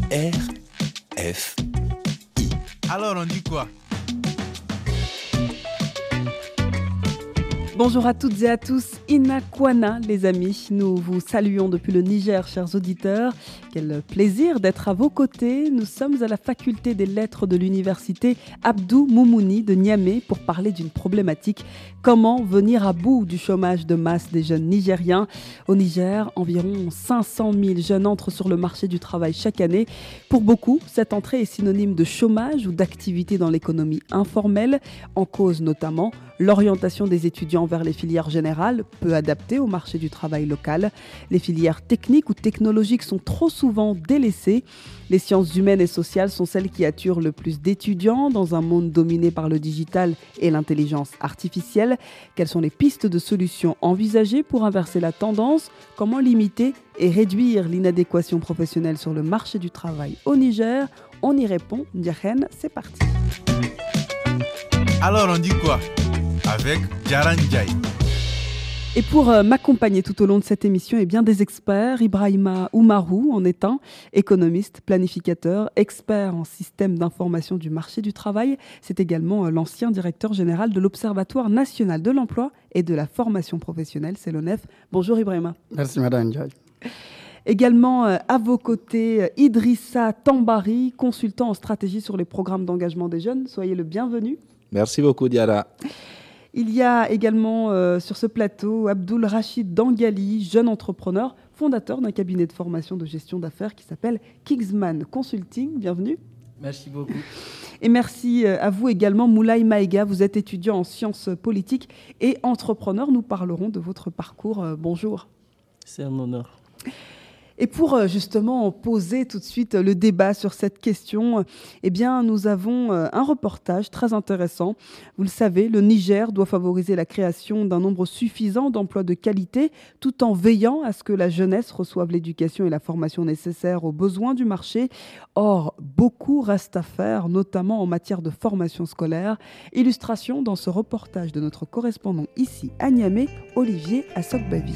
RFI. Alors on dit quoi? Bonjour à toutes et à tous, Inakwana les amis, nous vous saluons depuis le Niger, chers auditeurs. Quel plaisir d'être à vos côtés. Nous sommes à la faculté des lettres de l'université Abdou Moumouni de Niamey pour parler d'une problématique. Comment venir à bout du chômage de masse des jeunes nigériens? Au Niger, environ 500 000 jeunes entrent sur le marché du travail chaque année. Pour beaucoup, cette entrée est synonyme de chômage ou d'activité dans l'économie informelle, en cause notamment l'orientation des étudiants vers les filières générales, peu adaptées au marché du travail local. Les filières techniques ou technologiques sont trop souvent délaissées. Les sciences humaines et sociales sont celles qui attirent le plus d'étudiants dans un monde dominé par le digital et l'intelligence artificielle. Quelles sont les pistes de solutions envisagées pour inverser la tendance? Comment limiter et réduire l'inadéquation professionnelle sur le marché du travail au Niger? On y répond. Ndiahen, c'est parti. Alors on dit quoi? Avec Jaran Jai. Et pour m'accompagner tout au long de cette émission, des experts. Ibrahima Oumarou en est un, économiste, planificateur, expert en système d'information du marché du travail. C'est également l'ancien directeur général de l'Observatoire national de l'emploi et de la formation professionnelle, c'est l'ONEF. Bonjour Ibrahima. Merci Madame Jai. Également à vos côtés, Idrissa Tambari, consultant en stratégie sur les programmes d'engagement des jeunes. Soyez le bienvenu. Merci beaucoup Diara. Il y a également sur ce plateau Abdul Rachid Dangali, jeune entrepreneur, fondateur d'un cabinet de formation de gestion d'affaires qui s'appelle Kingsman Consulting. Bienvenue. Merci beaucoup. Et merci à vous également, Moulay Maïga. Vous êtes étudiant en sciences politiques et entrepreneur. Nous parlerons de votre parcours. Bonjour. C'est un honneur. Et pour justement poser tout de suite le débat sur cette question, nous avons un reportage très intéressant. Vous le savez, le Niger doit favoriser la création d'un nombre suffisant d'emplois de qualité tout en veillant à ce que la jeunesse reçoive l'éducation et la formation nécessaires aux besoins du marché. Or, beaucoup reste à faire, notamment en matière de formation scolaire. Illustration dans ce reportage de notre correspondant ici à Niamey, Olivier Assok-Bavi.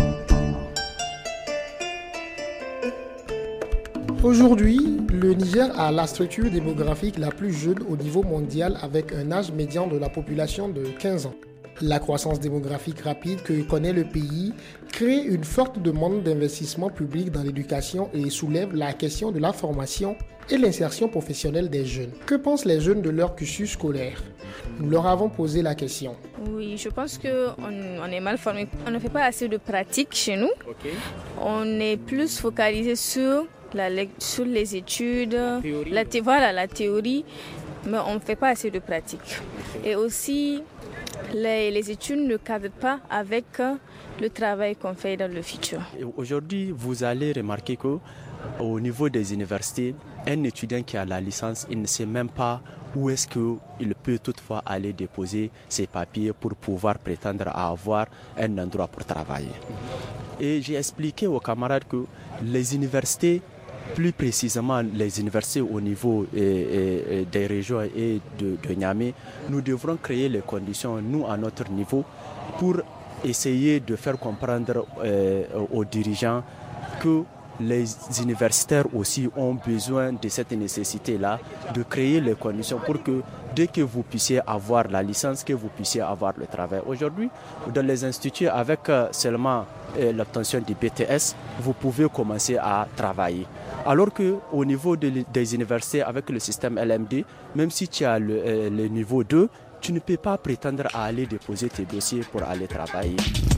Aujourd'hui, le Niger a la structure démographique la plus jeune au niveau mondial avec un âge médian de la population de 15 ans. La croissance démographique rapide que connaît le pays crée une forte demande d'investissement public dans l'éducation et soulève la question de la formation et l'insertion professionnelle des jeunes. Que pensent les jeunes de leur cursus scolaire? Nous leur avons posé la question. Oui, je pense qu'on est mal formé. On ne fait pas assez de pratique chez nous. Okay. On est plus focalisé sur les études, la théorie, mais on ne fait pas assez de pratique. Et aussi, les études ne cadrent pas avec le travail qu'on fait dans le futur. Aujourd'hui, vous allez remarquer qu'au niveau des universités, un étudiant qui a la licence, il ne sait même pas où est-ce qu'il peut toutefois aller déposer ses papiers pour pouvoir prétendre à avoir un endroit pour travailler. Et j'ai expliqué aux camarades que les universités, plus précisément les universités au niveau des régions et de Niamey, nous devrons créer les conditions, nous à notre niveau, pour essayer de faire comprendre aux dirigeants que les universitaires aussi ont besoin de cette nécessité-là, de créer les conditions pour que dès que vous puissiez avoir la licence, que vous puissiez avoir le travail. Aujourd'hui, dans les instituts, avec seulement l'obtention du BTS, vous pouvez commencer à travailler. Alors qu'au niveau des universités, avec le système LMD, même si tu as le niveau 2, tu ne peux pas prétendre à aller déposer tes dossiers pour aller travailler.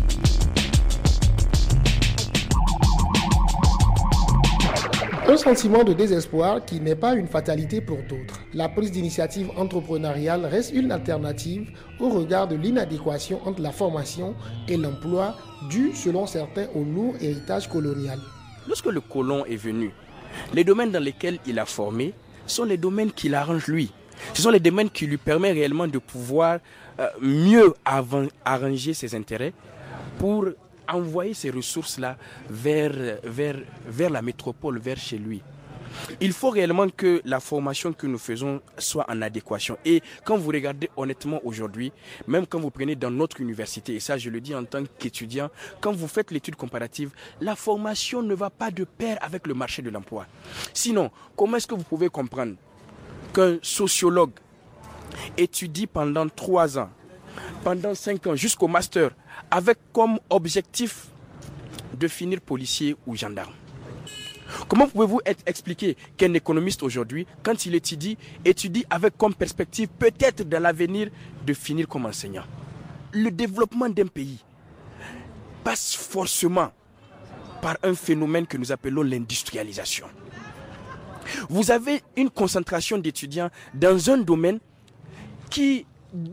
Un sentiment de désespoir qui n'est pas une fatalité pour d'autres. La prise d'initiative entrepreneuriale reste une alternative au regard de l'inadéquation entre la formation et l'emploi due, selon certains, au lourd héritage colonial. Lorsque le colon est venu, les domaines dans lesquels il a formé sont les domaines qui l'arrangent lui. Ce sont les domaines qui lui permettent réellement de pouvoir mieux arranger ses intérêts pour envoyer ces ressources-là vers la métropole, vers chez lui. Il faut réellement que la formation que nous faisons soit en adéquation. Et quand vous regardez honnêtement aujourd'hui, même quand vous prenez dans notre université, et ça je le dis en tant qu'étudiant, quand vous faites l'étude comparative, la formation ne va pas de pair avec le marché de l'emploi. Sinon, comment est-ce que vous pouvez comprendre qu'un sociologue étudie pendant 3 ans, pendant 5 ans, jusqu'au master, avec comme objectif de finir policier ou gendarme? Comment pouvez-vous expliquer qu'un économiste aujourd'hui, quand il étudie avec comme perspective peut-être dans l'avenir de finir comme enseignant? Le développement d'un pays passe forcément par un phénomène que nous appelons l'industrialisation. Vous avez une concentration d'étudiants dans un domaine qui,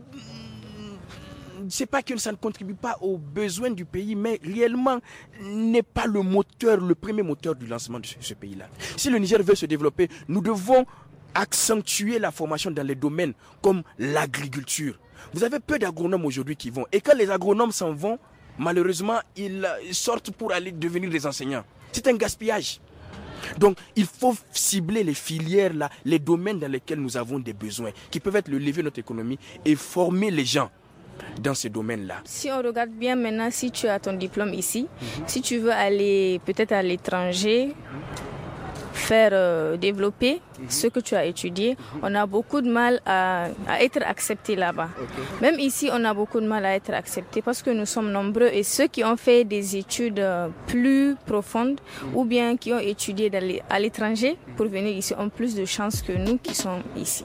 c'est pas que ça ne contribue pas aux besoins du pays, mais réellement n'est pas le premier moteur du lancement de ce pays-là. Si le Niger veut se développer, nous devons accentuer la formation dans les domaines comme l'agriculture. Vous avez peu d'agronomes aujourd'hui qui vont. Et quand les agronomes s'en vont, malheureusement, ils sortent pour aller devenir des enseignants. C'est un gaspillage. Donc, il faut cibler les filières, là, les domaines dans lesquels nous avons des besoins, qui peuvent être le levier de notre économie, et former les gens dans ces domaines-là. Si on regarde bien maintenant, si tu as ton diplôme ici, si tu veux aller peut-être à l'étranger, faire développer ce que tu as étudié, on a beaucoup de mal à être accepté là-bas. Même ici, on a beaucoup de mal à être accepté parce que nous sommes nombreux et ceux qui ont fait des études plus profondes ou bien qui ont étudié à l'étranger pour venir ici ont plus de chances que nous qui sommes ici.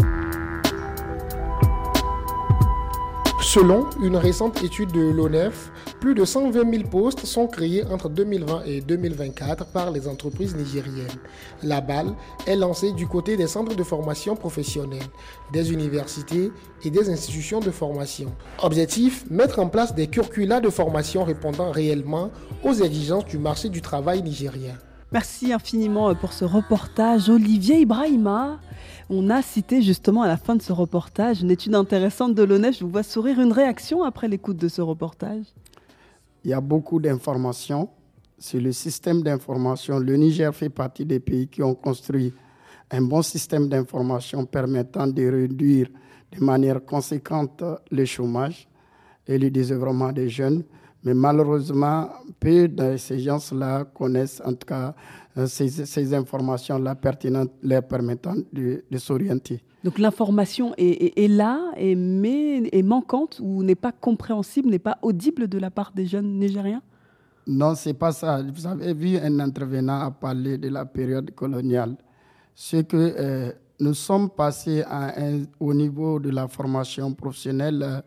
Selon une récente étude de l'ONEF, plus de 120 000 postes sont créés entre 2020 et 2024 par les entreprises nigériennes. La balle est lancée du côté des centres de formation professionnelle, des universités et des institutions de formation. Objectif, mettre en place des curricula de formation répondant réellement aux exigences du marché du travail nigérien. Merci infiniment pour ce reportage, Olivier Ibrahima. On a cité justement à la fin de ce reportage une étude intéressante de l'ONEF. Je vous vois sourire. Une réaction après l'écoute de ce reportage? Il y a beaucoup d'informations sur le système d'information. Le Niger fait partie des pays qui ont construit un bon système d'information permettant de réduire de manière conséquente le chômage et le désœuvrement des jeunes. Mais malheureusement, peu de ces gens-là connaissent en tout cas ces informations-là pertinentes leur permettant de s'orienter. Donc l'information est là, mais est manquante ou n'est pas compréhensible, n'est pas audible de la part des jeunes Nigériens? Non, ce n'est pas ça. Vous avez vu un intervenant à parler de la période coloniale. C'est que nous sommes passés au niveau de la formation professionnelle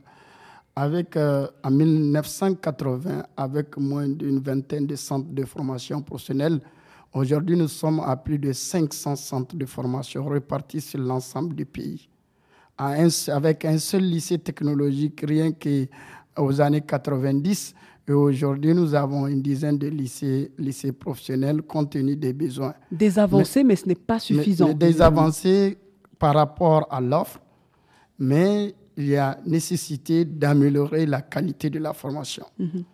en 1980, avec moins d'une vingtaine de centres de formation professionnelle. Aujourd'hui, nous sommes à plus de 500 centres de formation répartis sur l'ensemble du pays. Avec un seul lycée technologique, rien qu'aux années 90. Et aujourd'hui, nous avons une dizaine de lycées professionnels compte tenu des besoins. Des avancées, mais ce n'est pas suffisant. Des avancées par rapport à l'offre, mais il y a nécessité d'améliorer la qualité de la formation.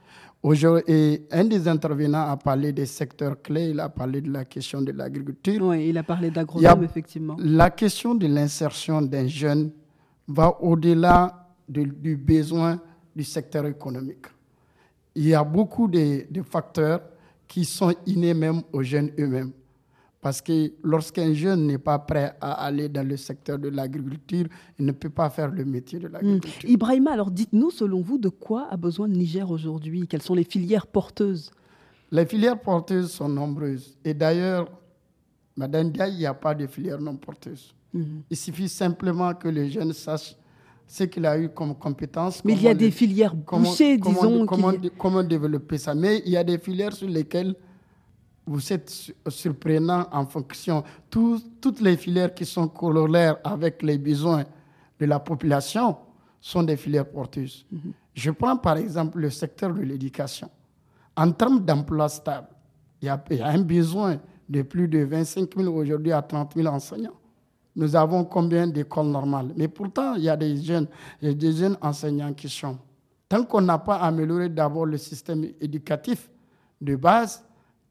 Et un des intervenants a parlé des secteurs clés, il a parlé de la question de l'agriculture. Oui, il a parlé d'agronome, effectivement. La question de l'insertion d'un jeune va au-delà du besoin du secteur économique. Il y a beaucoup de facteurs qui sont innés même aux jeunes eux-mêmes. Parce que lorsqu'un jeune n'est pas prêt à aller dans le secteur de l'agriculture, il ne peut pas faire le métier de l'agriculture. Ibrahima, alors dites-nous, selon vous, de quoi a besoin le Niger aujourd'hui? Quelles sont les filières porteuses? Les filières porteuses sont nombreuses. Et d'ailleurs, Madame Diaye, il n'y a pas de filière non porteuse. Il suffit simplement que le jeune sache ce qu'il a eu comme compétence. Mais il y a des filières poussées, disons. Comment développer ça? Mais il y a des filières sur lesquelles vous êtes surprenant en fonction. Toutes les filières qui sont corollaires avec les besoins de la population sont des filières porteuses. Je prends par exemple le secteur de l'éducation. En termes d'emploi stable, il y a un besoin de plus de 25 000 aujourd'hui à 30 000 enseignants. Nous avons combien d'écoles normales? Mais pourtant, il y a des jeunes enseignants qui sont. Tant qu'on n'a pas amélioré d'abord le système éducatif de base,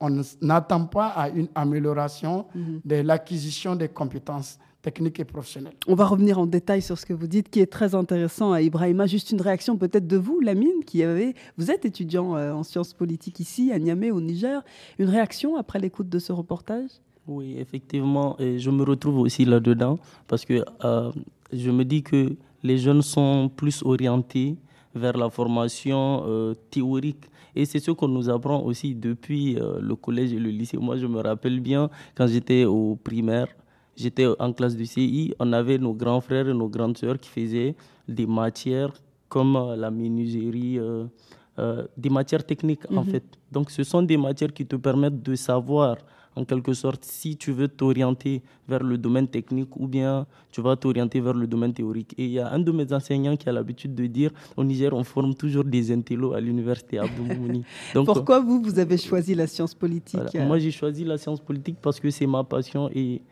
on n'attend pas à une amélioration de l'acquisition des compétences techniques et professionnelles. On va revenir en détail sur ce que vous dites, qui est très intéressant à Ibrahima. Juste une réaction peut-être de vous, Lamine, vous êtes étudiant en sciences politiques ici, à Niamey, au Niger. Une réaction après l'écoute de ce reportage ? Oui, effectivement, et je me retrouve aussi là-dedans, parce que je me dis que les jeunes sont plus orientés vers la formation théorique. Et c'est ce qu'on nous apprend aussi depuis le collège et le lycée. Moi, je me rappelle bien, quand j'étais au primaire, j'étais en classe du CI, on avait nos grands frères et nos grandes sœurs qui faisaient des matières comme la menuiserie, des matières techniques en fait. Donc ce sont des matières qui te permettent de savoir en quelque sorte si tu veux t'orienter vers le domaine technique ou bien tu vas t'orienter vers le domaine théorique. Et il y a un de mes enseignants qui a l'habitude de dire au Niger, on forme toujours des intellos à l'université Abdou Moumouni. Donc, pourquoi vous avez choisi la science politique ? Voilà. Moi, j'ai choisi la science politique parce que c'est ma passion et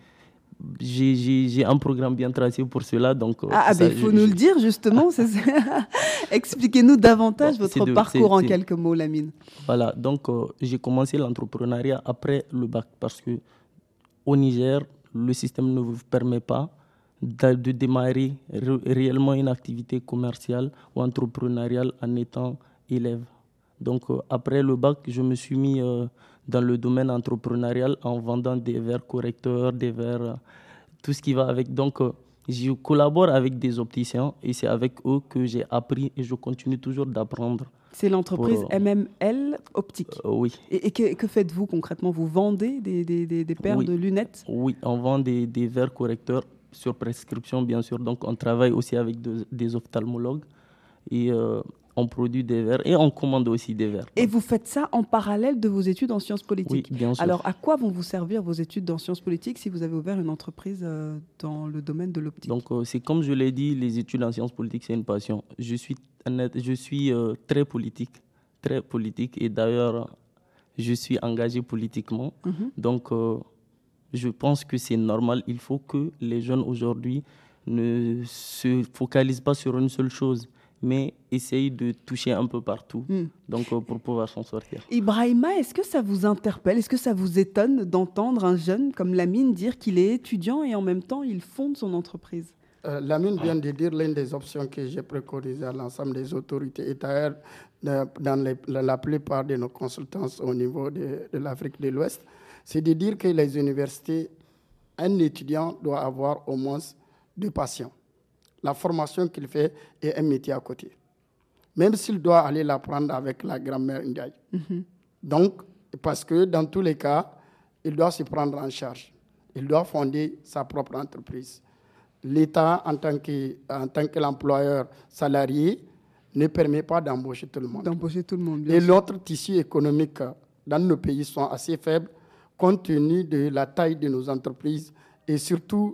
j'ai un programme bien tracé pour cela. Donc, il faut nous le dire justement. Expliquez-nous davantage votre parcours en quelques mots, Lamine. Voilà, donc j'ai commencé l'entrepreneuriat après le bac parce que au Niger, le système ne vous permet pas de démarrer réellement une activité commerciale ou entrepreneuriale en étant élève. Donc après le bac, je me suis mis dans le domaine entrepreneurial en vendant des verres correcteurs, des verres, tout ce qui va avec. Donc je collabore avec des opticiens et c'est avec eux que j'ai appris et je continue toujours d'apprendre. C'est l'entreprise MML Optique. Oui. Et que faites-vous concrètement ? Vous vendez des paires de lunettes ? Oui, on vend des verres correcteurs sur prescription, bien sûr. Donc, on travaille aussi avec des ophtalmologues et on produit des verres et on commande aussi des verres. Et vous faites ça en parallèle de vos études en sciences politiques ? Oui, bien sûr. Alors, à quoi vont vous servir vos études en sciences politiques si vous avez ouvert une entreprise dans le domaine de l'optique ? Donc, c'est comme je l'ai dit, les études en sciences politiques, c'est une passion. Je suis très politique et d'ailleurs, je suis engagé politiquement. Donc, je pense que c'est normal. Il faut que les jeunes aujourd'hui ne se focalisent pas sur une seule chose, mais essayent de toucher un peu partout donc, pour pouvoir s'en sortir. Ibrahima, est-ce que ça vous interpelle ? Est-ce que ça vous étonne d'entendre un jeune comme Lamine dire qu'il est étudiant et en même temps il fonde son entreprise ? Lamine vient de dire l'une des options que j'ai préconisées à l'ensemble des autorités. Et d'ailleurs, dans la plupart de nos consultances au niveau de l'Afrique de l'Ouest, c'est de dire que les universités, un étudiant doit avoir au moins 2 passions. La formation qu'il fait et un métier à côté. Même s'il doit aller l'apprendre avec la grand-mère Ndiaye. Donc, parce que dans tous les cas, il doit se prendre en charge. Il doit fonder sa propre entreprise. L'État, en tant que l'employeur salarié, ne permet pas d'embaucher tout le monde. Et l'autre tissu économique dans nos pays sont assez faibles compte tenu de la taille de nos entreprises et surtout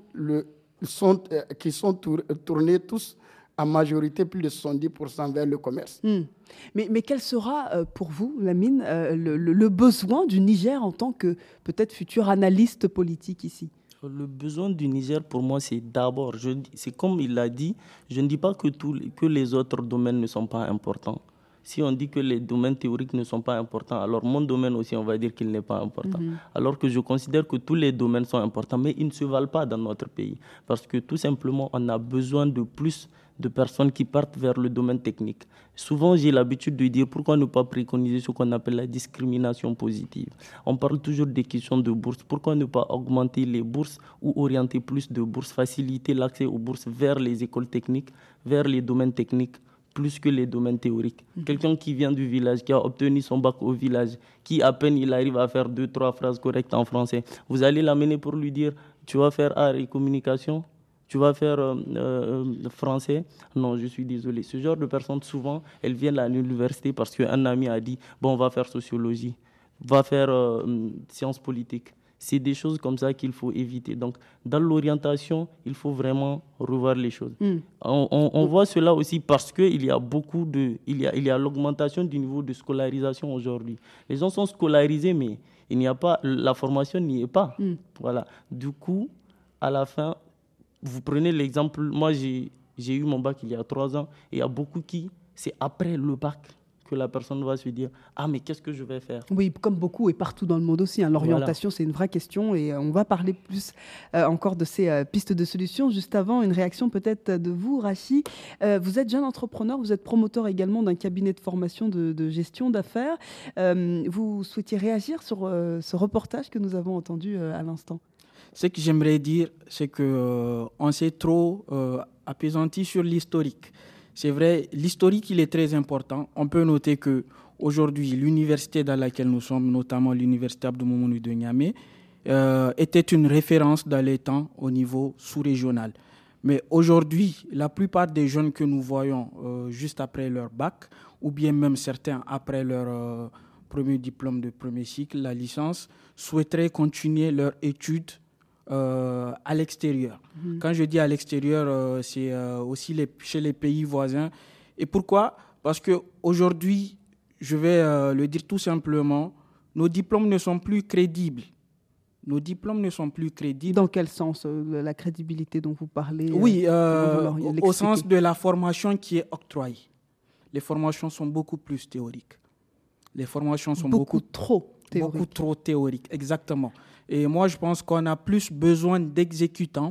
qui sont tournés tous en majorité plus de 70% vers le commerce. Mais quel sera pour vous, Lamine, le besoin du Niger en tant que peut-être futur analyste politique ici ? Le besoin du Niger, pour moi, c'est d'abord, c'est comme il l'a dit, je ne dis pas que les autres domaines ne sont pas importants. Si on dit que les domaines théoriques ne sont pas importants, alors mon domaine aussi, on va dire qu'il n'est pas important. Alors que je considère que tous les domaines sont importants, mais ils ne se valent pas dans notre pays. Parce que tout simplement, on a besoin de plus de personnes qui partent vers le domaine technique. Souvent, j'ai l'habitude de dire pourquoi ne pas préconiser ce qu'on appelle la discrimination positive. On parle toujours des questions de bourse. Pourquoi ne pas augmenter les bourses ou orienter plus de bourses, faciliter l'accès aux bourses vers les écoles techniques, vers les domaines techniques, plus que les domaines théoriques. Quelqu'un qui vient du village, qui a obtenu son bac au village, qui à peine il arrive à faire 2-3 phrases correctes en français, vous allez l'amener pour lui dire « tu vas faire art et communication ?» Tu vas faire français? Non, je suis désolé. Ce genre de personnes, souvent, elles viennent à l'université parce qu'un ami a dit, bon, on va faire sociologie, va faire sciences politiques. C'est des choses comme ça qu'il faut éviter. Donc, dans l'orientation, il faut vraiment revoir les choses. On voit cela aussi parce qu'il y a il y a l'augmentation du niveau de scolarisation aujourd'hui. Les gens sont scolarisés, mais il n'y a pas, la formation n'y est pas. Voilà. Du coup, à la fin, vous prenez l'exemple, moi j'ai eu mon bac il y a 3 ans et il y a beaucoup qui, c'est après le bac que que la personne va se dire « Ah, mais qu'est-ce que je vais faire ?» Oui, comme beaucoup et partout dans le monde aussi. L'orientation, c'est une vraie question et on va parler plus encore de ces pistes de solutions. Juste avant, une réaction peut-être de vous, Rachi. Vous êtes jeune entrepreneur, vous êtes promoteur également d'un cabinet de formation de gestion d'affaires. Vous souhaitiez réagir sur ce reportage que nous avons entendu à l'instant? Ce que j'aimerais dire, c'est qu'on s'est trop appesanti sur l'historique. C'est vrai, l'historique, il est très important. On peut noter qu'aujourd'hui, l'université dans laquelle nous sommes, notamment l'université Abdou-Moumouni de Niamey, était une référence dans les temps au niveau sous-régional. Mais aujourd'hui, la plupart des jeunes que nous voyons juste après leur bac, ou bien même certains après leur premier diplôme de premier cycle, la licence, souhaiteraient continuer leurs études à l'extérieur. Quand je dis à l'extérieur, c'est aussi chez les pays voisins. Et pourquoi ? Parce qu'aujourd'hui, je vais le dire tout simplement, nos diplômes ne sont plus crédibles. Nos diplômes ne sont plus crédibles. Dans quel sens la crédibilité dont vous parlez? Oui, au sens de la formation qui est octroyée. Les formations sont beaucoup plus théoriques. Les formations sont beaucoup trop théoriques, exactement. Et moi, je pense qu'on a plus besoin d'exécutants,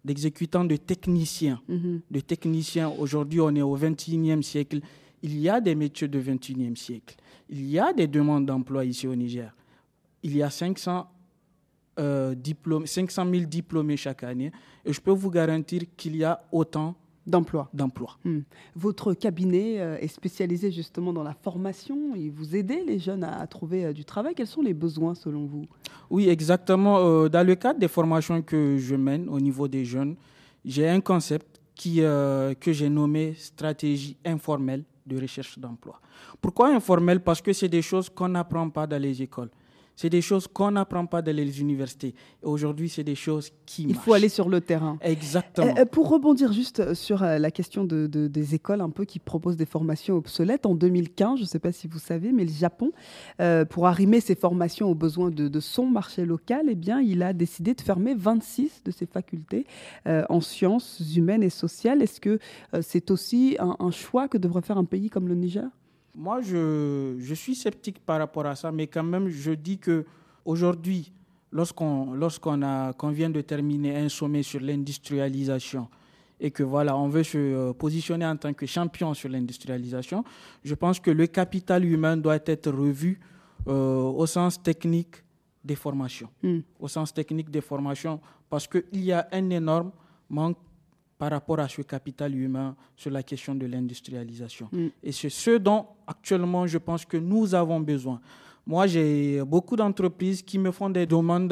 de techniciens. De techniciens. Aujourd'hui, on est au XXIe siècle. Il y a des métiers du XXIe siècle. Il y a des demandes d'emploi ici au Niger. Il y a 500 000 diplômés chaque année. Et je peux vous garantir qu'il y a autant d'emplois. Votre cabinet est spécialisé justement dans la formation et vous aidez les jeunes à trouver du travail. Quels sont les besoins selon vous? Oui, exactement. Dans le cadre des formations que je mène au niveau des jeunes, j'ai un concept que j'ai nommé stratégie informelle de recherche d'emploi. Pourquoi informelle? Parce que c'est des choses qu'on n'apprend pas dans les écoles. C'est des choses qu'on n'apprend pas dans les universités. Et aujourd'hui, c'est des choses qui marchent. Il faut aller sur le terrain. Exactement. Pour rebondir juste sur la question des écoles un peu qui proposent des formations obsolètes, en 2015, je ne sais pas si vous savez, mais le Japon, pour arrimer ses formations aux besoins de son marché local, eh bien, il a décidé de fermer 26 de ses facultés en sciences humaines et sociales. Est-ce que c'est aussi un choix que devrait faire un pays comme le Niger ? Moi, je suis sceptique par rapport à ça, mais quand même, je dis qu'aujourd'hui, lorsqu'on vient de terminer un sommet sur l'industrialisation et que voilà, on veut se positionner en tant que champion sur l'industrialisation, je pense que le capital humain doit être revu au sens technique des formations. Au sens technique des formations, parce qu'il y a un énorme manque par rapport à ce capital humain sur la question de l'industrialisation. Et c'est ce dont actuellement je pense que nous avons besoin. Moi, j'ai beaucoup d'entreprises qui me font des demandes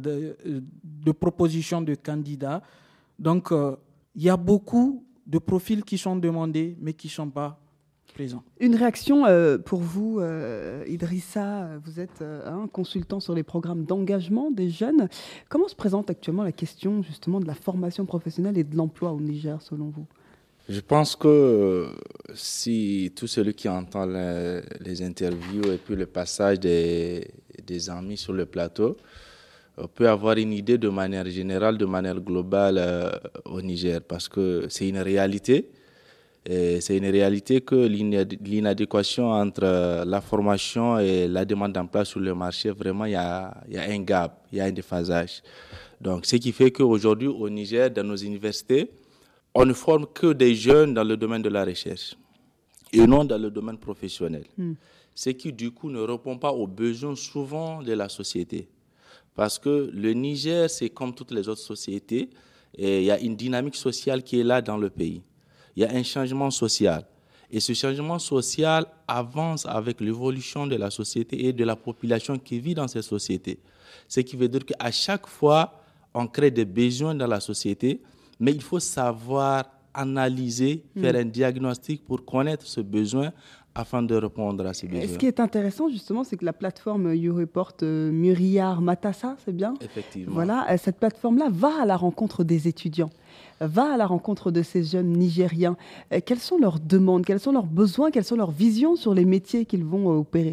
de propositions de candidats. Donc, il y a beaucoup de profils qui sont demandés, mais qui ne sont pas présents. Une réaction pour vous, Idrissa, vous êtes un consultant sur les programmes d'engagement des jeunes. Comment se présente actuellement la question justement de la formation professionnelle et de l'emploi au Niger, selon vous? Je pense que si tout celui qui entend les interviews et puis le passage des amis sur le plateau peut avoir une idée de manière générale, de manière globale au Niger, parce que c'est une réalité. Et c'est une réalité que l'inadéquation entre la formation et la demande d'emploi sur le marché, vraiment, il y a un gap, il y a un déphasage. Donc, ce qui fait qu'aujourd'hui, au Niger, dans nos universités, on ne forme que des jeunes dans le domaine de la recherche et non dans le domaine professionnel. Ce qui, du coup, ne répond pas aux besoins souvent de la société. Parce que le Niger, c'est comme toutes les autres sociétés, et il y a une dynamique sociale qui est là dans le pays. Il y a un changement social. Et ce changement social avance avec l'évolution de la société et de la population qui vit dans cette société. Ce qui veut dire qu'à chaque fois, on crée des besoins dans la société, mais il faut savoir analyser, faire un diagnostic pour connaître ce besoin afin de répondre à ces besoins. Ce qui est intéressant, justement, c'est que la plateforme YouReport Muriar Matassa, c'est bien ? Effectivement. Voilà, cette plateforme-là va à la rencontre des étudiants, va à la rencontre de ces jeunes Nigériens. Quelles sont leurs demandes, quels sont leurs besoins, quelles sont leurs visions sur les métiers qu'ils vont opérer ?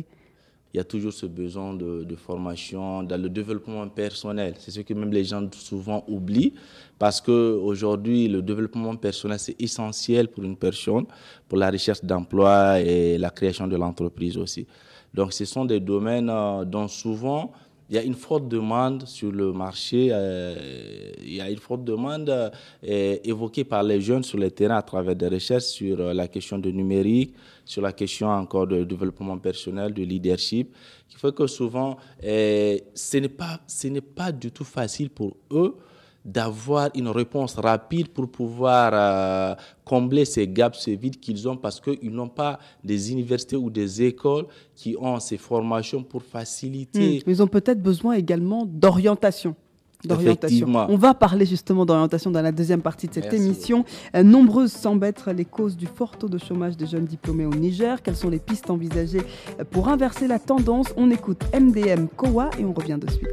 il y a toujours ce besoin de formation dans le développement personnel. C'est ce que même les gens souvent oublient, parce qu'aujourd'hui, le développement personnel, c'est essentiel pour une personne, pour la recherche d'emploi et la création de l'entreprise aussi. Donc, ce sont des domaines dont souvent, il y a une forte demande sur le marché, il y a une forte demande évoquée par les jeunes sur le terrain à travers des recherches sur la question du numérique, sur la question encore de développement personnel, de leadership, qui fait que souvent, ce n'est pas du tout facile pour eux d'avoir une réponse rapide pour pouvoir combler ces gaps, ces vides qu'ils ont, parce qu'ils n'ont pas des universités ou des écoles qui ont ces formations pour faciliter. Ils ont peut-être besoin également d'orientation. On va parler justement d'orientation dans la deuxième partie de cette émission. Nombreuses semblent être les causes du fort taux de chômage des jeunes diplômés au Niger. Quelles sont les pistes envisagées pour inverser la tendance? On écoute MDM Kowa et on revient de suite.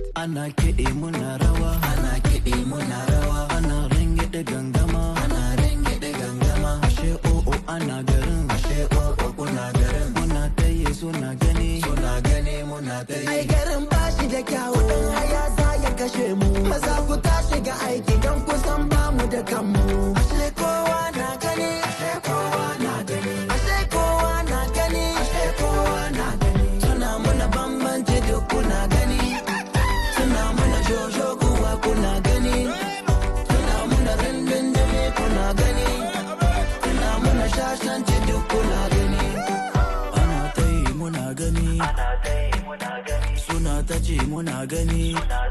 Maza ku tashi ga aiki don kusan ba mu da kanmu. Ashe kowa na gani, ashe kowa na gani, ashe kowa na gani, ashe kowa na gani. Suna muna bambanci duk kuna gani, suna muna jojo kuwa kuna gani, suna muna rindin dame kuna gani, suna muna shashanci duk kuna gani. Ana ta yi muna gani, suna ta ce muna gani.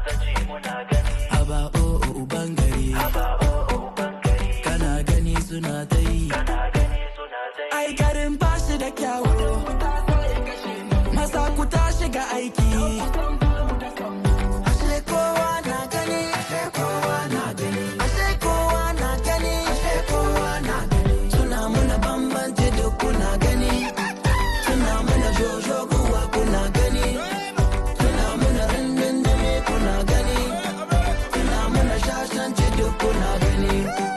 Haba o'o bangare, kana gani suna ta yi. Ai garin ba shi da kyawu, maza ku tashi ga aiki. Ashe kowa na gani, ashe kowa na gani, ashe kowa na gani, ashe kowa na gani. Suna muna bambanci duk kuna gani, suna muna jojo kuwa kuna gani, suna muna rindin dame kuna gani, suna muna shashanci duk kuna gani.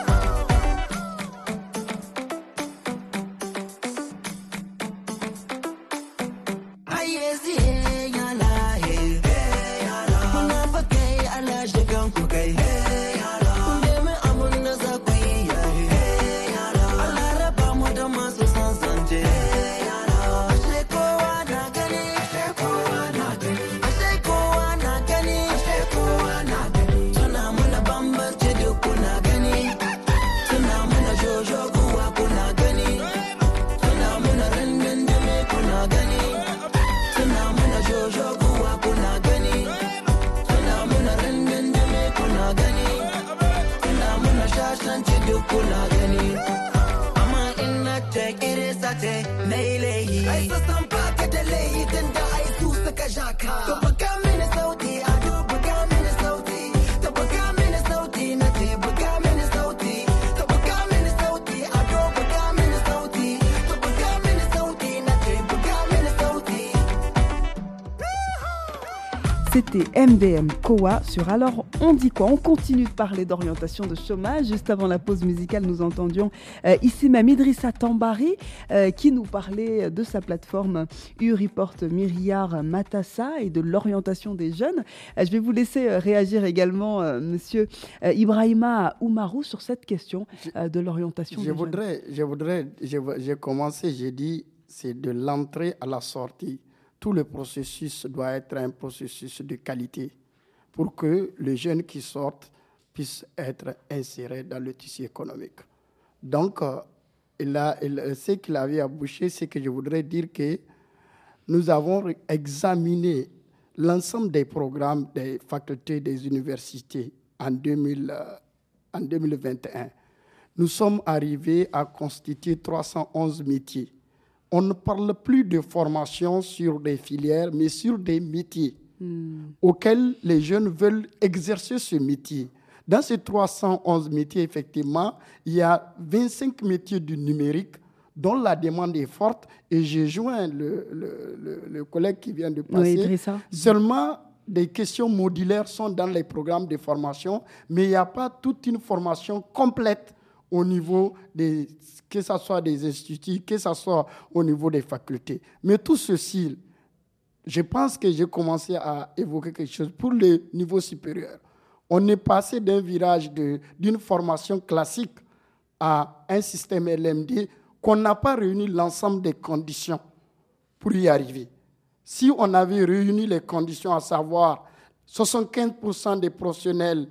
C'était MDM Kowa sur Alors on dit quoi. On continue de parler d'orientation de chômage. Juste avant la pause musicale, nous entendions ici même Idrissa Tambari qui nous parlait de sa plateforme U-Report Myriar Matassa et de l'orientation des jeunes. Je vais vous laisser réagir également, monsieur Ibrahima Oumarou, sur cette question de l'orientation des jeunes. J'ai commencé, j'ai dit, c'est de l'entrée à la sortie. Tout le processus doit être un processus de qualité pour que les jeunes qui sortent puissent être insérés dans le tissu économique. Donc, ce qu'il avait abouché, c'est que je voudrais dire que nous avons examiné l'ensemble des programmes des facultés des universités en 2021. Nous sommes arrivés à constituer 311 métiers. On ne parle plus de formation sur des filières, mais sur des métiers auxquels les jeunes veulent exercer ce métier. Dans ces 311 métiers, effectivement, il y a 25 métiers du numérique dont la demande est forte. Et j'ai joint le collègue qui vient de passer. Oui, seulement des questions modulaires sont dans les programmes de formation, mais il n'y a pas toute une formation complète au niveau que ce soit des instituts, que ce soit au niveau des facultés. Mais tout ceci, Je pense que j'ai commencé à évoquer quelque chose pour le niveau supérieur. On est passé d'un virage d'une formation classique à un système LMD qu'on n'a pas réuni l'ensemble des conditions pour y arriver. Si on avait réuni les conditions, à savoir 75% des professionnels,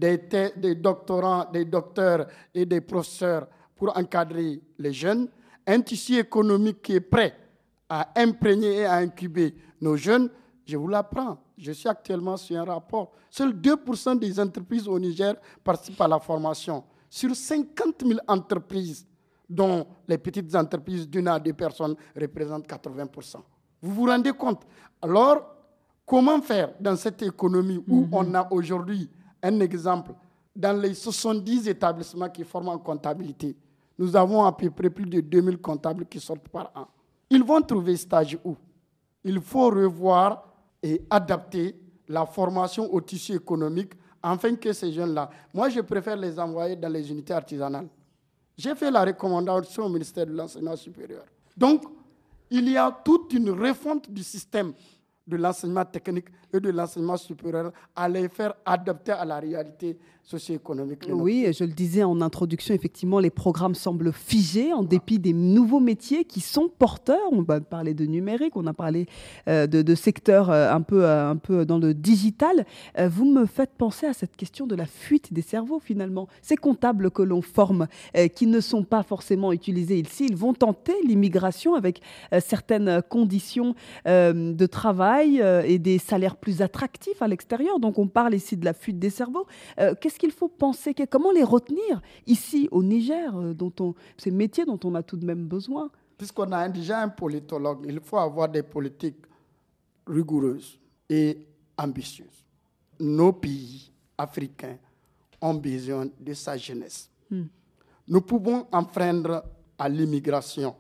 des doctorants, des docteurs et des professeurs pour encadrer les jeunes, un tissu économique qui est prêt à imprégner et à incuber nos jeunes, je vous l'apprends. Je suis actuellement sur un rapport. Seuls 2% des entreprises au Niger participent à la formation. Sur 50 000 entreprises, dont les petites entreprises d'une à deux personnes représentent 80%. Vous vous rendez compte? Alors, comment faire dans cette économie où on a aujourd'hui un exemple? Dans les 70 établissements qui forment en comptabilité, nous avons à peu près plus de 2000 comptables qui sortent par an. Ils vont trouver stage où? Il faut revoir et adapter la formation au tissu économique afin que ces jeunes-là, moi je préfère les envoyer dans les unités artisanales. J'ai fait la recommandation au ministère de l'Enseignement supérieur. Donc, il y a toute une refonte du système de l'enseignement technique et de l'enseignement supérieur à les faire adapter à la réalité socio-économique. Oui, je le disais en introduction, effectivement, les programmes semblent figés en dépit des nouveaux métiers qui sont porteurs. On va parler de numérique, on a parlé de secteurs un peu dans le digital. Vous me faites penser à cette question de la fuite des cerveaux, finalement. Ces comptables que l'on forme, qui ne sont pas forcément utilisés ici, ils vont tenter l'immigration avec certaines conditions de travail et des salaires plus attractifs à l'extérieur. Donc on parle ici de la fuite des cerveaux. Qu'est-ce qu'il faut penser? Comment les retenir ici au Niger, ces métiers dont on a tout de même besoin? Puisqu'on a déjà un politologue, il faut avoir des politiques rigoureuses et ambitieuses. Nos pays africains ont besoin de sa jeunesse. Nous pouvons enfreindre à l'immigration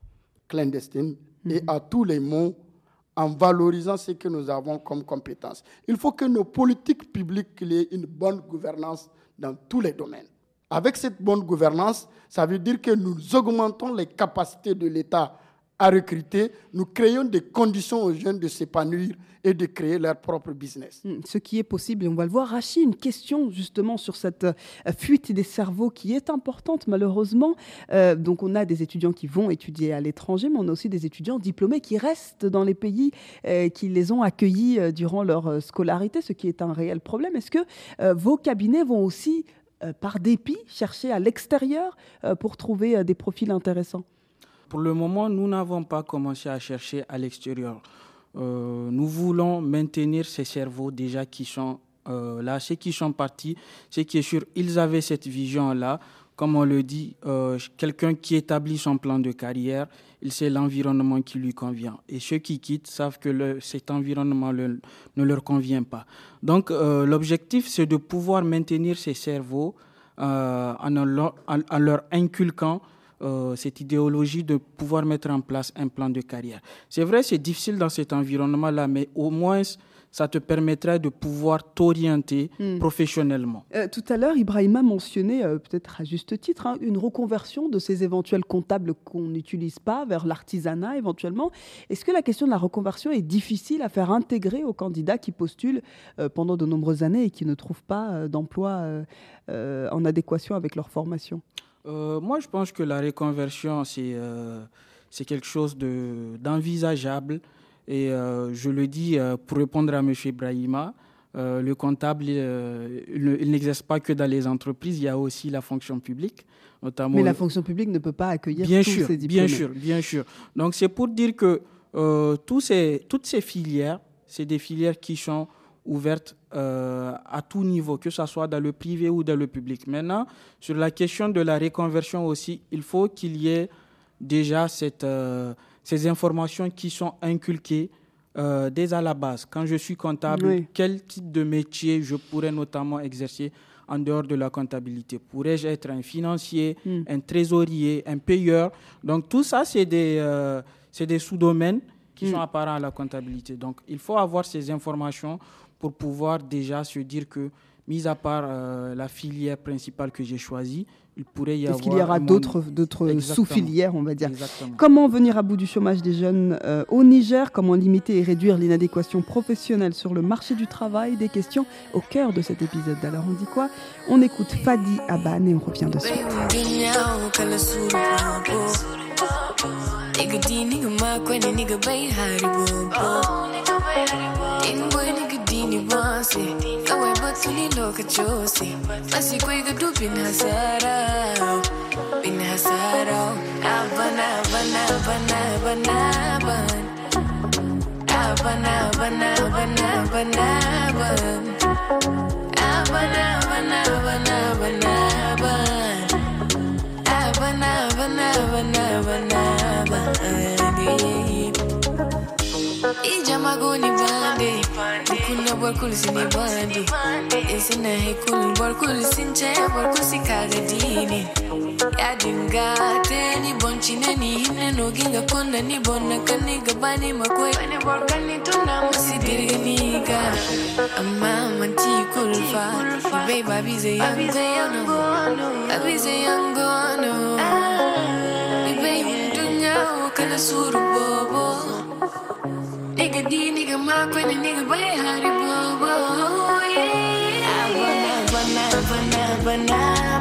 clandestine et à tous les maux en valorisant ce que nous avons comme compétences. Il faut que nos politiques publiques qu'il y ait une bonne gouvernance dans tous les domaines. Avec cette bonne gouvernance, ça veut dire que nous augmentons les capacités de l'État à recruter, nous créons des conditions aux jeunes de s'épanouir et de créer leur propre business. Ce qui est possible, et on va le voir. Rachid, une question justement sur cette fuite des cerveaux qui est importante malheureusement. Donc on a des étudiants qui vont étudier à l'étranger, mais on a aussi des étudiants diplômés qui restent dans les pays qui les ont accueillis durant leur scolarité, ce qui est un réel problème. Est-ce que vos cabinets vont aussi, par dépit, chercher à l'extérieur pour trouver des profils intéressants? Pour le moment, nous n'avons pas commencé à chercher à l'extérieur. Nous voulons maintenir ces cerveaux déjà qui sont là, ceux qui sont partis, c'est qui est sûr, ils avaient cette vision-là. Comme on le dit, quelqu'un qui établit son plan de carrière, il sait l'environnement qui lui convient. Et ceux qui quittent savent que cet environnement ne leur convient pas. Donc, l'objectif, c'est de pouvoir maintenir ces cerveaux en leur inculquant cette idéologie de pouvoir mettre en place un plan de carrière. C'est vrai, c'est difficile dans cet environnement-là, mais au moins, ça te permettrait de pouvoir t'orienter professionnellement. Tout à l'heure, Ibrahima mentionnait, peut-être à juste titre, une reconversion de ces éventuels comptables qu'on n'utilise pas vers l'artisanat éventuellement. Est-ce que la question de la reconversion est difficile à faire intégrer aux candidats qui postulent pendant de nombreuses années et qui ne trouvent pas d'emploi en adéquation avec leur formation? Moi, je pense que la reconversion, c'est quelque chose d'envisageable. Et je le dis pour répondre à M. Ibrahima, le comptable, il n'existe pas que dans les entreprises, il y a aussi la fonction publique. Notamment, mais la fonction publique ne peut pas accueillir tous ces diplômés. Bien sûr. Donc c'est pour dire que toutes ces filières, c'est des filières qui sont ouvertes à tout niveau, que ce soit dans le privé ou dans le public. Maintenant, sur la question de la reconversion aussi, il faut qu'il y ait déjà ces informations qui sont inculquées dès à la base. Quand je suis comptable, quel type de métier je pourrais notamment exercer en dehors de la comptabilité? Pourrais-je être un financier, un trésorier, un payeur? Donc tout ça, c'est des sous-domaines qui sont apparents à la comptabilité. Donc il faut avoir ces informations pour pouvoir déjà se dire que mis à part la filière principale que j'ai choisie, il pourrait y avoir... Est-ce qu'il y aura d'autres sous-filières, on va dire. Exactement. Comment venir à bout du chômage des jeunes au Niger? Comment limiter et réduire l'inadéquation professionnelle sur le marché du travail? Des questions au cœur de cet épisode. Alors on dit quoi? On écoute Fadi Aban et on revient de suite. Dini bossy, kawai batuli lokachosi. Masi koi gadu bin hasara. Abana, abana, abana, abana, abana. Abana, abana, abana, abana, abana. Abana, abana, abana, abana, abana. Abana, abana, abana, abana, abana. Ijamagoni bandi, kuna barkul sini bandi. Isina hekul barkul sinche barkul sikaga dini. Ya dinga teni bonchine ni hine no ginga konda ni bonna kani gabani makoi. Bani borgani tuna masidir niga. Amma manti kulfa, baby bize yangono, bize yangono. Baby dunya kana suru bobo. Nigga D, nigga Mark, when a nigga way how to blow, yeah. Banana, banana,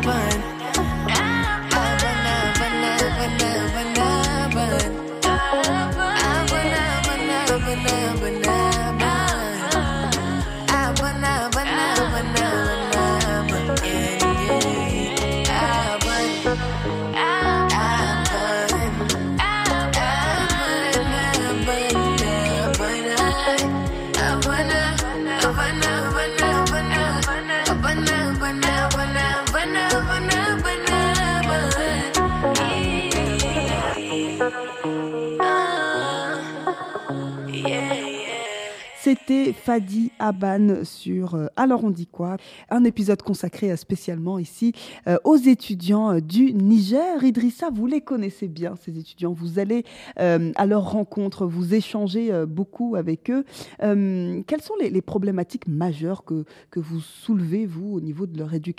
C'était Fadi Aban sur Alors on dit quoi, un épisode consacré spécialement ici aux étudiants du Niger. Idrissa, vous les connaissez bien, ces étudiants. Vous allez à leur rencontre, vous échangez beaucoup avec eux. Quelles sont les problématiques majeures que vous soulevez, vous, au niveau de leur éducation ?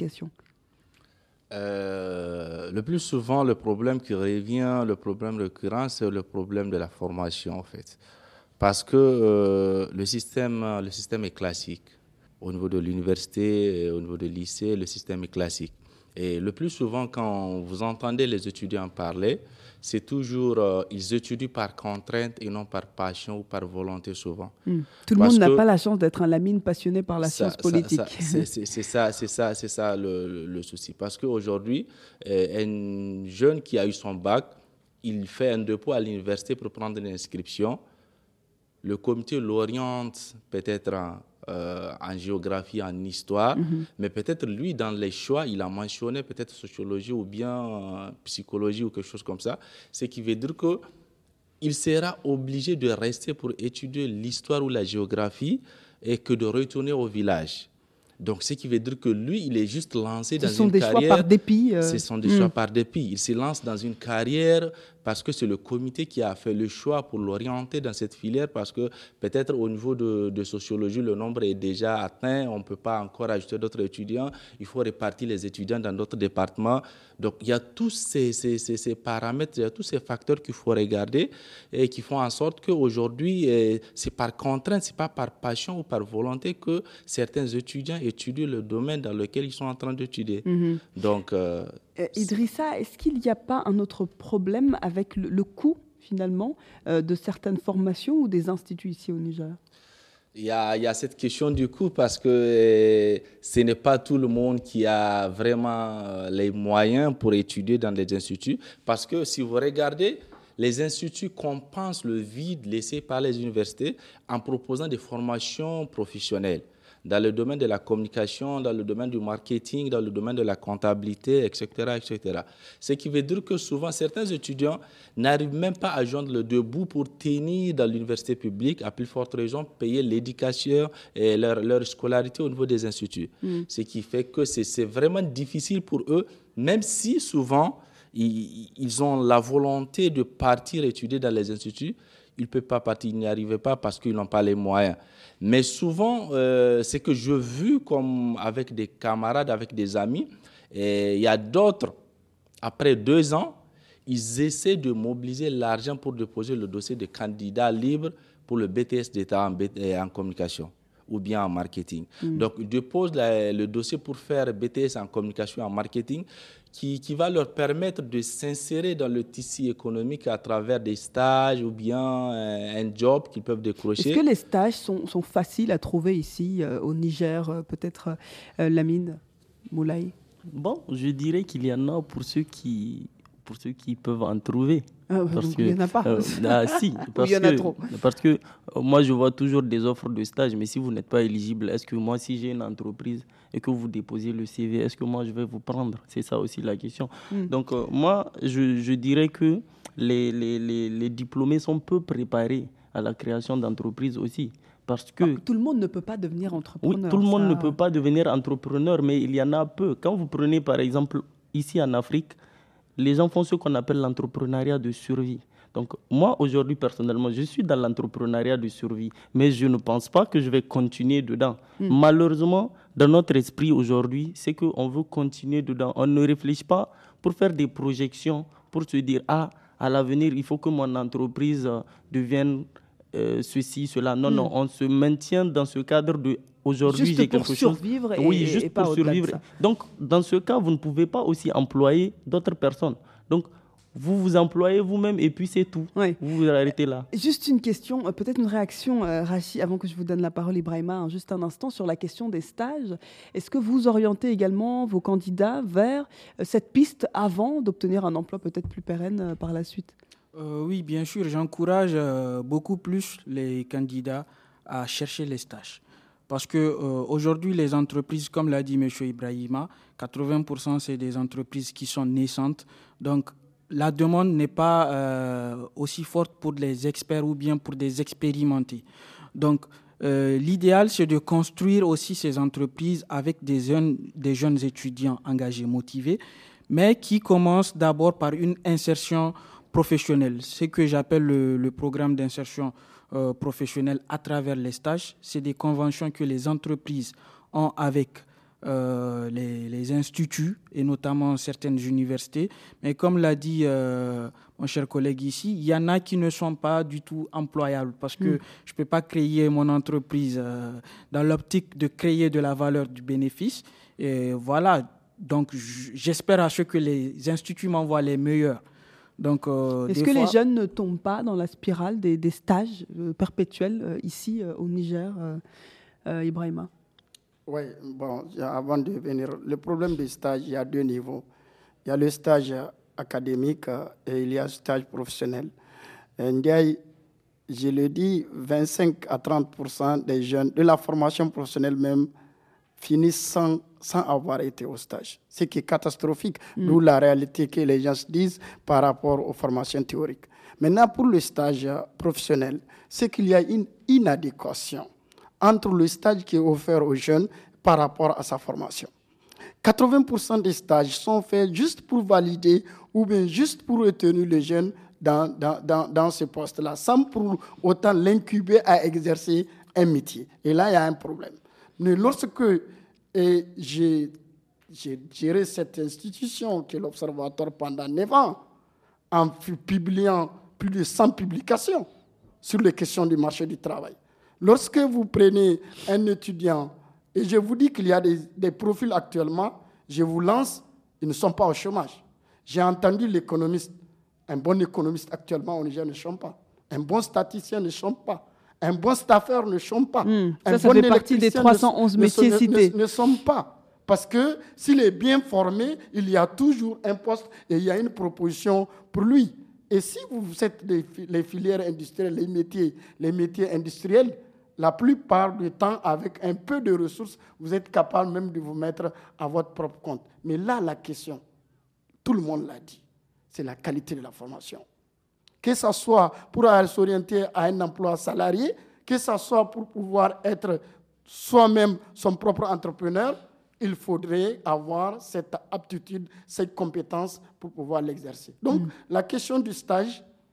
Le plus souvent, le problème qui revient, le problème récurrent, c'est le problème de la formation, en fait. Parce que le système est classique. Au niveau de l'université, au niveau du lycée, le système est classique. Et le plus souvent, quand vous entendez les étudiants parler, c'est toujours, ils étudient par contrainte et non par passion ou par volonté souvent. Tout le monde n'a pas la chance d'être un Lamine passionné par la science politique. C'est ça le souci. Parce qu'aujourd'hui, un jeune qui a eu son bac, il fait un dépôt à l'université pour prendre une inscription. Le comité l'oriente peut-être en géographie, en histoire, mais peut-être lui, dans les choix, il a mentionné peut-être sociologie ou bien psychologie ou quelque chose comme ça. Ce qui veut dire qu'il sera obligé de rester pour étudier l'histoire ou la géographie et que de retourner au village. Donc, ce qui veut dire que lui, il est juste lancé dans une carrière... Ce sont des choix par dépit. Ce sont des choix par dépit. Il se lance dans une carrière parce que c'est le comité qui a fait le choix pour l'orienter dans cette filière parce que peut-être au niveau de sociologie, le nombre est déjà atteint. On ne peut pas encore ajouter d'autres étudiants. Il faut répartir les étudiants dans d'autres départements. Donc, il y a tous ces paramètres, il y a tous ces facteurs qu'il faut regarder et qui font en sorte qu'aujourd'hui, c'est par contrainte, ce n'est pas par passion ou par volonté que certains étudiants étudient le domaine dans lequel ils sont en train d'étudier. Donc, Idrissa, est-ce qu'il n'y a pas un autre problème avec le coût, finalement, de certaines formations ou des instituts ici au Niger ? Il y a cette question du coût parce que ce n'est pas tout le monde qui a vraiment les moyens pour étudier dans les instituts. Parce que si vous regardez, les instituts compensent le vide laissé par les universités en proposant des formations professionnelles dans le domaine de la communication, dans le domaine du marketing, dans le domaine de la comptabilité, etc., etc. Ce qui veut dire que souvent, certains étudiants n'arrivent même pas à joindre le deux bouts pour tenir dans l'université publique, à plus forte raison, payer l'éducation et leur scolarité au niveau des instituts. Ce qui fait que c'est vraiment difficile pour eux, même si souvent, ils ont la volonté de partir étudier dans les instituts. il ne peut pas partir, il n'y arrivait pas parce qu'ils n'ont pas les moyens. Mais souvent, ce que je vu comme avec des camarades, avec des amis, et il y a d'autres, après 2 ans, ils essaient de mobiliser l'argent pour déposer le dossier de candidat libre pour le BTS d'État en communication ou bien en marketing. Donc, ils déposent le dossier pour faire BTS en communication et en marketing qui va leur permettre de s'insérer dans le tissu économique à travers des stages ou bien un job qu'ils peuvent décrocher. Est-ce que les stages sont faciles à trouver ici, au Niger, peut-être, Lamine Moulay? Bon, je dirais qu'il y en a pour ceux qui peuvent en trouver. Parce il n'y en a pas. Si, il y en a trop. Parce que moi, je vois toujours des offres de stage, mais si vous n'êtes pas éligible, est-ce que moi, si j'ai une entreprise et que vous déposez le CV, est-ce que moi, je vais vous prendre? C'est ça aussi la question. Donc, moi, je dirais que les diplômés sont peu préparés à la création d'entreprises aussi. Parce que tout le monde ne peut pas devenir entrepreneur. Oui, tout le monde ne peut pas devenir entrepreneur, mais il y en a peu. Quand vous prenez, par exemple, ici en Afrique, les gens font ce qu'on appelle l'entrepreneuriat de survie. Donc, moi, aujourd'hui, personnellement, je suis dans l'entrepreneuriat de survie, mais je ne pense pas que je vais continuer dedans. Malheureusement, dans notre esprit aujourd'hui, c'est qu'on veut continuer dedans. On ne réfléchit pas pour faire des projections, pour se dire, à l'avenir, il faut que mon entreprise devienne ceci, cela. Non, non, on se maintient dans ce cadre de aujourd'hui, j'ai quelque chose. Survivre juste et pas pour survivre. Donc, dans ce cas, vous ne pouvez pas aussi employer d'autres personnes. Donc, vous vous employez vous-même et puis c'est tout. Oui. Vous vous arrêtez là. Juste une question, peut-être une réaction, Rachid, avant que je vous donne la parole, Ibrahima, juste un instant, sur la question des stages. Est-ce que vous orientez également vos candidats vers cette piste avant d'obtenir un emploi peut-être plus pérenne par la suite? Oui, bien sûr. J'encourage beaucoup plus les candidats à chercher les stages. Parce qu'aujourd'hui, les entreprises, comme l'a dit M. Ibrahima, 80% c'est des entreprises qui sont naissantes. Donc, la demande n'est pas aussi forte pour les experts ou bien pour des expérimentés. Donc, l'idéal, c'est de construire aussi ces entreprises avec des jeunes étudiants engagés, motivés, mais qui commencent d'abord par une insertion professionnelle. Ce que j'appelle le programme d'insertion professionnelle à travers les stages. C'est des conventions que les entreprises ont avec les instituts et notamment certaines universités. Mais comme l'a dit mon cher collègue ici, il y en a qui ne sont pas du tout employables parce que je ne peux pas créer mon entreprise dans l'optique de créer de la valeur du bénéfice. Et voilà, donc j'espère à ce que les instituts m'envoient les meilleurs. Donc, est-ce que les jeunes ne tombent pas dans la spirale des stages perpétuels ici au Niger, Ibrahima? Oui, bon, avant de venir, le problème des stages, il y a 2 niveaux. Il y a le stage académique et il y a le stage professionnel. Ndiaye, je le dis, 25 à 30% des jeunes de la formation professionnelle même finissent sans avoir été au stage. Ce qui est catastrophique, d'où la réalité que les gens se disent par rapport aux formations théoriques. Maintenant, pour le stage professionnel, c'est qu'il y a une inadéquation entre le stage qui est offert aux jeunes par rapport à sa formation. 80% des stages sont faits juste pour valider ou bien juste pour retenir les jeunes dans ce poste-là, sans pour autant l'incuber à exercer un métier. Et là, il y a un problème. Mais lorsque j'ai géré cette institution qui est l'Observatoire pendant 9 ans, en publiant plus de 100 publications sur les questions du marché du travail. Lorsque vous prenez un étudiant, et je vous dis qu'il y a des profils actuellement, je vous lance, ils ne sont pas au chômage. J'ai entendu l'économiste, un bon économiste actuellement au Niger ne chôme pas, un bon statisticien ne chôme pas, un bon staffeur ne chôme pas. Ça fait partie des 311 métiers cités. Ne chôme pas. Parce que s'il est bien formé, il y a toujours un poste et il y a une proposition pour lui. Et si vous êtes les filières industrielles, les métiers industriels, la plupart du temps, avec un peu de ressources, vous êtes capable même de vous mettre à votre propre compte. Mais là, la question, tout le monde l'a dit, c'est la qualité de la formation. Que ce soit pour s'orienter à un emploi salarié, que ce soit pour pouvoir être soi-même son propre entrepreneur, il faudrait avoir cette aptitude, cette compétence pour pouvoir l'exercer. Donc, la question du stage,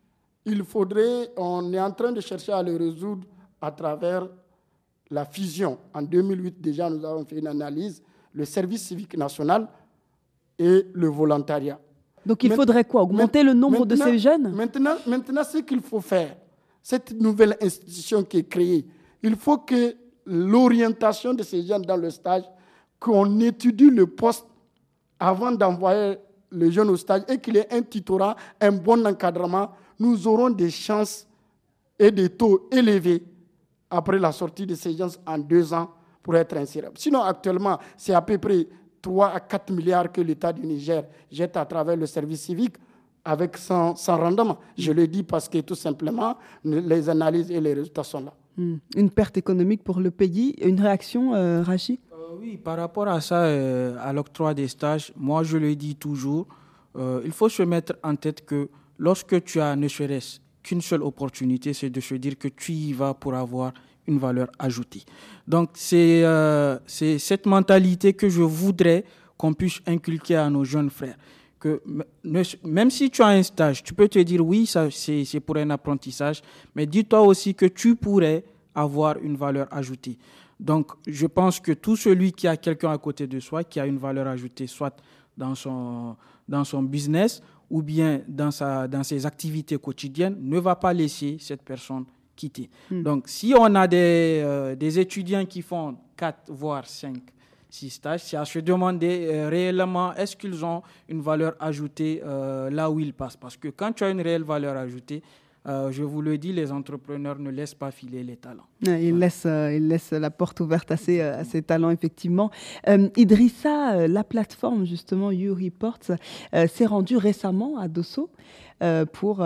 on est en train de chercher à le résoudre à travers la fusion. En 2008, déjà, nous avons fait une analyse, le service civique national et le volontariat. Donc il faudrait quoi? Augmenter le nombre de ces jeunes? Maintenant, ce qu'il faut faire, cette nouvelle institution qui est créée, il faut que l'orientation de ces jeunes dans le stage, qu'on étudie le poste avant d'envoyer le jeune au stage et qu'il ait un tutorat, un bon encadrement, nous aurons des chances et des taux élevés après la sortie de ces gens en 2 ans pour être insérables. Sinon, actuellement, c'est à peu près 3 à 4 milliards que l'État du Niger jette à travers le service civique avec sans rendement. Je le dis parce que tout simplement, les analyses et les résultats sont là. Une perte économique pour le pays. Une réaction, Rachid? Oui, par rapport à ça, à l'octroi des stages, moi je le dis toujours, il faut se mettre en tête que lorsque tu as ne serait-ce qu'une seule opportunité, c'est de se dire que tu y vas pour avoir une valeur ajoutée. Donc c'est cette mentalité que je voudrais qu'on puisse inculquer à nos jeunes frères. Que même si tu as un stage, tu peux te dire oui, ça, c'est pour un apprentissage, mais dis-toi aussi que tu pourrais avoir une valeur ajoutée. Donc, je pense que tout celui qui a quelqu'un à côté de soi, qui a une valeur ajoutée, soit dans son business ou bien dans ses activités quotidiennes, ne va pas laisser cette personne quitter. Donc, si on a des étudiants qui font 4, voire 5, 6 stages, c'est à se demander réellement est-ce qu'ils ont une valeur ajoutée là où ils passent. Parce que quand tu as une réelle valeur ajoutée, je vous le dis, les entrepreneurs ne laissent pas filer les talents. Ils laissent la porte ouverte à ces talents, effectivement. Idrissa, la plateforme, justement, YouReports, s'est rendue récemment à Dosso pour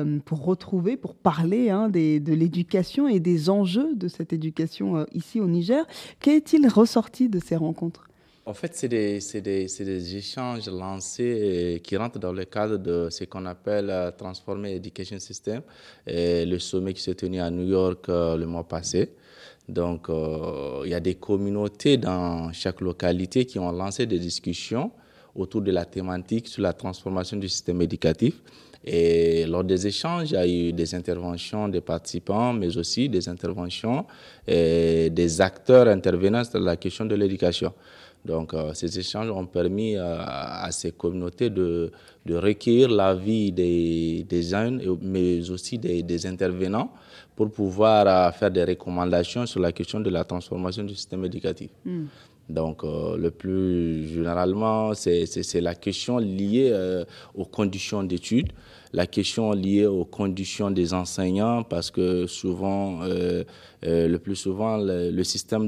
parler de l'éducation et des enjeux de cette éducation ici au Niger. Qu'est-il ressorti de ces rencontres ? En fait, c'est des échanges lancés qui rentrent dans le cadre de ce qu'on appelle Transformer Education System, et le sommet qui s'est tenu à New York le mois passé. Donc, il y a des communautés dans chaque localité qui ont lancé des discussions autour de la thématique sur la transformation du système éducatif. Et lors des échanges, il y a eu des interventions des participants, mais aussi des interventions des acteurs intervenant sur la question de l'éducation. Donc, ces échanges ont permis à ces communautés de recueillir l'avis des jeunes, mais aussi des intervenants, pour pouvoir faire des recommandations sur la question de la transformation du système éducatif. Donc, le plus généralement, c'est la question liée aux conditions d'études, la question liée aux conditions des enseignants, parce que souvent, le plus souvent, le système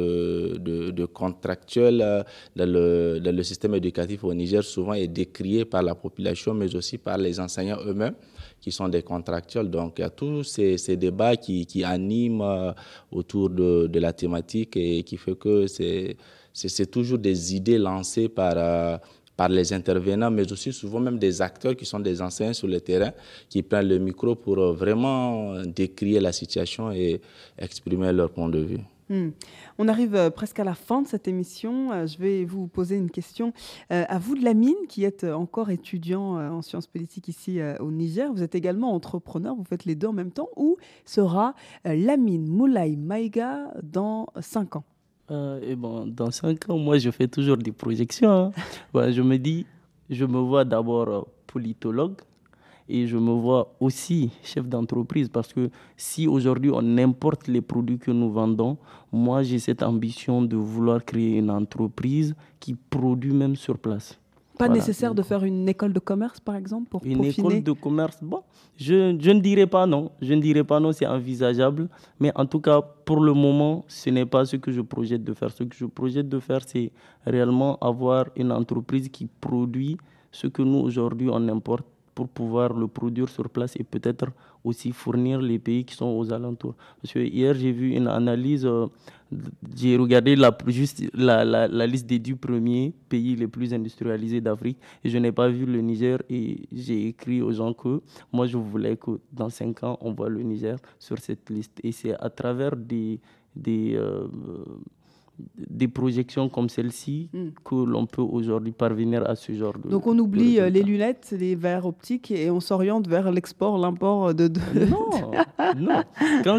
de contractuel dans le système éducatif au Niger, souvent est décrié par la population, mais aussi par les enseignants eux-mêmes, qui sont des contractuels. Donc, il y a tous ces débats qui animent autour de la thématique et qui fait que c'est toujours des idées lancées par les intervenants, mais aussi souvent même des acteurs qui sont des enseignants sur le terrain, qui prennent le micro pour vraiment décrire la situation et exprimer leur point de vue. On arrive presque à la fin de cette émission. Je vais vous poser une question à vous, Lamine, qui êtes encore étudiant en sciences politiques ici au Niger. Vous êtes également entrepreneur, vous faites les deux en même temps. Où sera Lamine Moulay Maïga dans 5 ans ? Dans 5 ans, moi, je fais toujours des projections. Je me dis, je me vois d'abord politologue et je me vois aussi chef d'entreprise, parce que si aujourd'hui on importe les produits que nous vendons, moi, j'ai cette ambition de vouloir créer une entreprise qui produit même sur place. Pas nécessaire de faire une école de commerce, par exemple, pour peaufiner. École de commerce, je ne dirais pas non. Je ne dirais pas non, c'est envisageable. Mais en tout cas, pour le moment, ce n'est pas ce que je projette de faire. Ce que je projette de faire, c'est réellement avoir une entreprise qui produit ce que nous, aujourd'hui, on importe, pour pouvoir le produire sur place et peut-être aussi fournir les pays qui sont aux alentours. Parce que hier, j'ai vu une analyse, j'ai regardé la liste des 10 premiers pays les plus industrialisés d'Afrique et je n'ai pas vu le Niger, et j'ai écrit aux gens que moi, je voulais que dans 5 ans, on voit le Niger sur cette liste. Et c'est à travers des des projections comme celle-ci que l'on peut aujourd'hui parvenir à ce genre de... Donc on oublie les lunettes, les verres optiques et on s'oriente vers l'export, l'import de... Non. Quand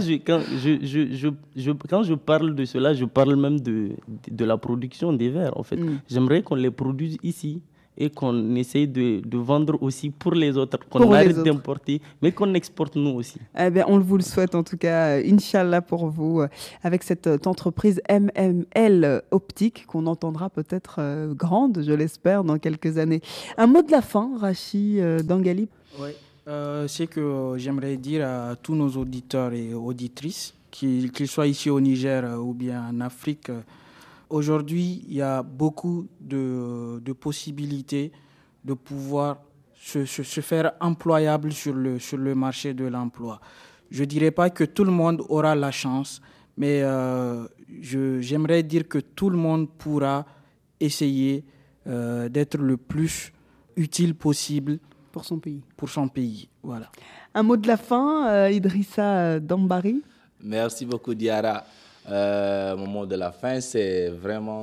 je parle de cela, je parle même de la production des verres, en fait. J'aimerais qu'on les produise ici et qu'on essaye de vendre aussi pour les autres, qu'on arrête d'importer, mais qu'on exporte nous aussi. Eh bien, on vous le souhaite en tout cas, Inch'Allah pour vous, avec cette entreprise MML Optique qu'on entendra peut-être grande, je l'espère, dans quelques années. Un mot de la fin, Rachid Dangali. Oui, c'est que j'aimerais dire à tous nos auditeurs et auditrices, qu'ils soient ici au Niger ou bien en Afrique, aujourd'hui, il y a beaucoup de possibilités de pouvoir se faire employable sur le marché de l'emploi. Je ne dirais pas que tout le monde aura la chance, mais j'aimerais dire que tout le monde pourra essayer d'être le plus utile possible pour son pays. Voilà. Un mot de la fin, Idrissa Dambari. Merci beaucoup, Diarra. Mon mot de la fin, c'est vraiment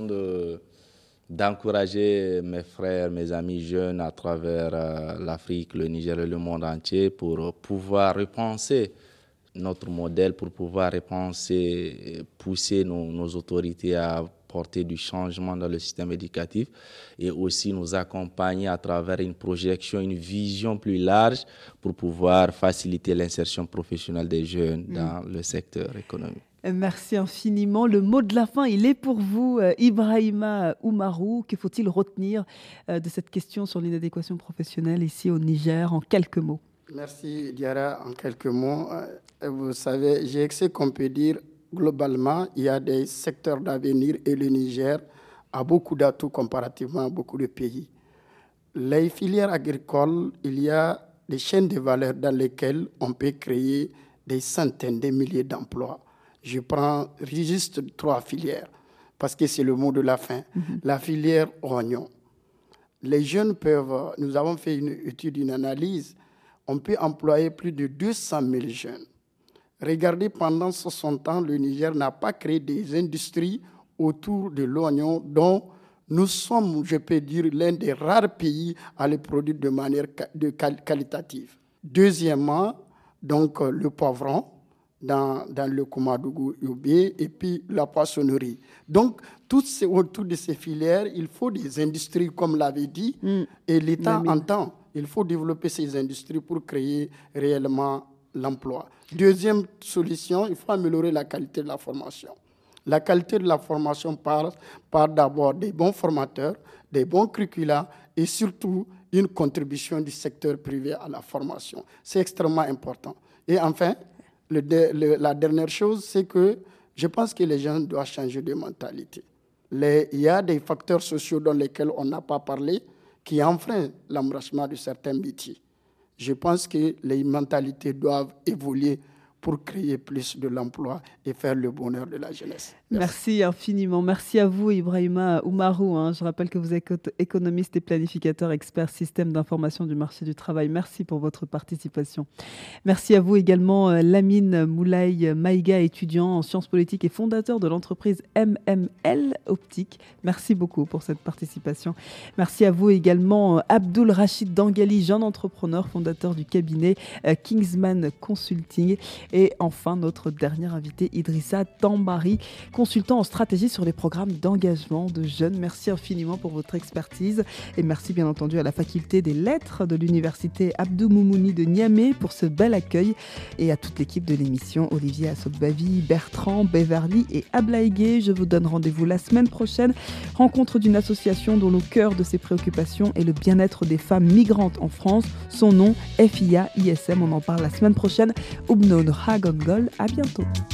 d'encourager mes frères, mes amis jeunes à travers l'Afrique, le Niger et le monde entier pour pouvoir repenser notre modèle, pour pouvoir repenser, pousser nos autorités à porter du changement dans le système éducatif et aussi nous accompagner à travers une projection, une vision plus large pour pouvoir faciliter l'insertion professionnelle des jeunes dans le secteur économique. Merci infiniment. Le mot de la fin, il est pour vous, Ibrahima Oumarou. Que faut-il retenir de cette question sur l'inadéquation professionnelle ici au Niger en quelques mots? Merci Diarra, en quelques mots. Vous savez, j'ai ce qu'on peut dire globalement, il y a des secteurs d'avenir et le Niger a beaucoup d'atouts comparativement à beaucoup de pays. Les filières agricoles, il y a des chaînes de valeur dans lesquelles on peut créer des centaines, des milliers d'emplois. Je prends juste 3 filières, parce que c'est le mot de la fin. La filière oignon. Les jeunes peuvent, nous avons fait une étude, une analyse, on peut employer plus de 200 000 jeunes. Regardez, pendant 60 ans, le Niger n'a pas créé des industries autour de l'oignon dont nous sommes, je peux dire, l'un des rares pays à les produire de manière qualitative. Deuxièmement, donc le poivron, dans le Koumadougou Youbé, et puis la poissonnerie. Donc, autour de ces filières, il faut des industries, comme l'avait dit, et l'État entend. Il faut développer ces industries pour créer réellement l'emploi. Deuxième solution, il faut améliorer la qualité de la formation. La qualité de la formation part d'abord des bons formateurs, des bons curricula et surtout une contribution du secteur privé à la formation. C'est extrêmement important. Et enfin, la dernière chose, c'est que je pense que les gens doivent changer de mentalité. Il y a des facteurs sociaux dans lesquels on n'a pas parlé qui enfreignent l'embrassement de certains métiers. Je pense que les mentalités doivent évoluer pour créer plus de l'emploi et faire le bonheur de la jeunesse. Merci infiniment. Merci à vous, Ibrahima Oumarou. Je rappelle que vous êtes économiste et planificateur, expert système d'information du marché du travail. Merci pour votre participation. Merci à vous également, Lamine Moulay Maïga, étudiant en sciences politiques et fondateur de l'entreprise MML Optique. Merci beaucoup pour cette participation. Merci à vous également, Abdul Rachid Dangali, jeune entrepreneur, fondateur du cabinet Kingsman Consulting. Et enfin, notre dernier invité, Idrissa Dambari, consultant en stratégie sur les programmes d'engagement de jeunes. Merci infiniment pour votre expertise et merci bien entendu à la faculté des lettres de l'université Abdou Moumouni de Niamey pour ce bel accueil et à toute l'équipe de l'émission, Olivier Assobavi, Bertrand, Beverly et Ablaïgué. Je vous donne rendez-vous la semaine prochaine. Rencontre d'une association dont le cœur de ses préoccupations est le bien-être des femmes migrantes en France. Son nom, FIA-ISM. On en parle la semaine prochaine. Oubnoun Hagongol. À bientôt.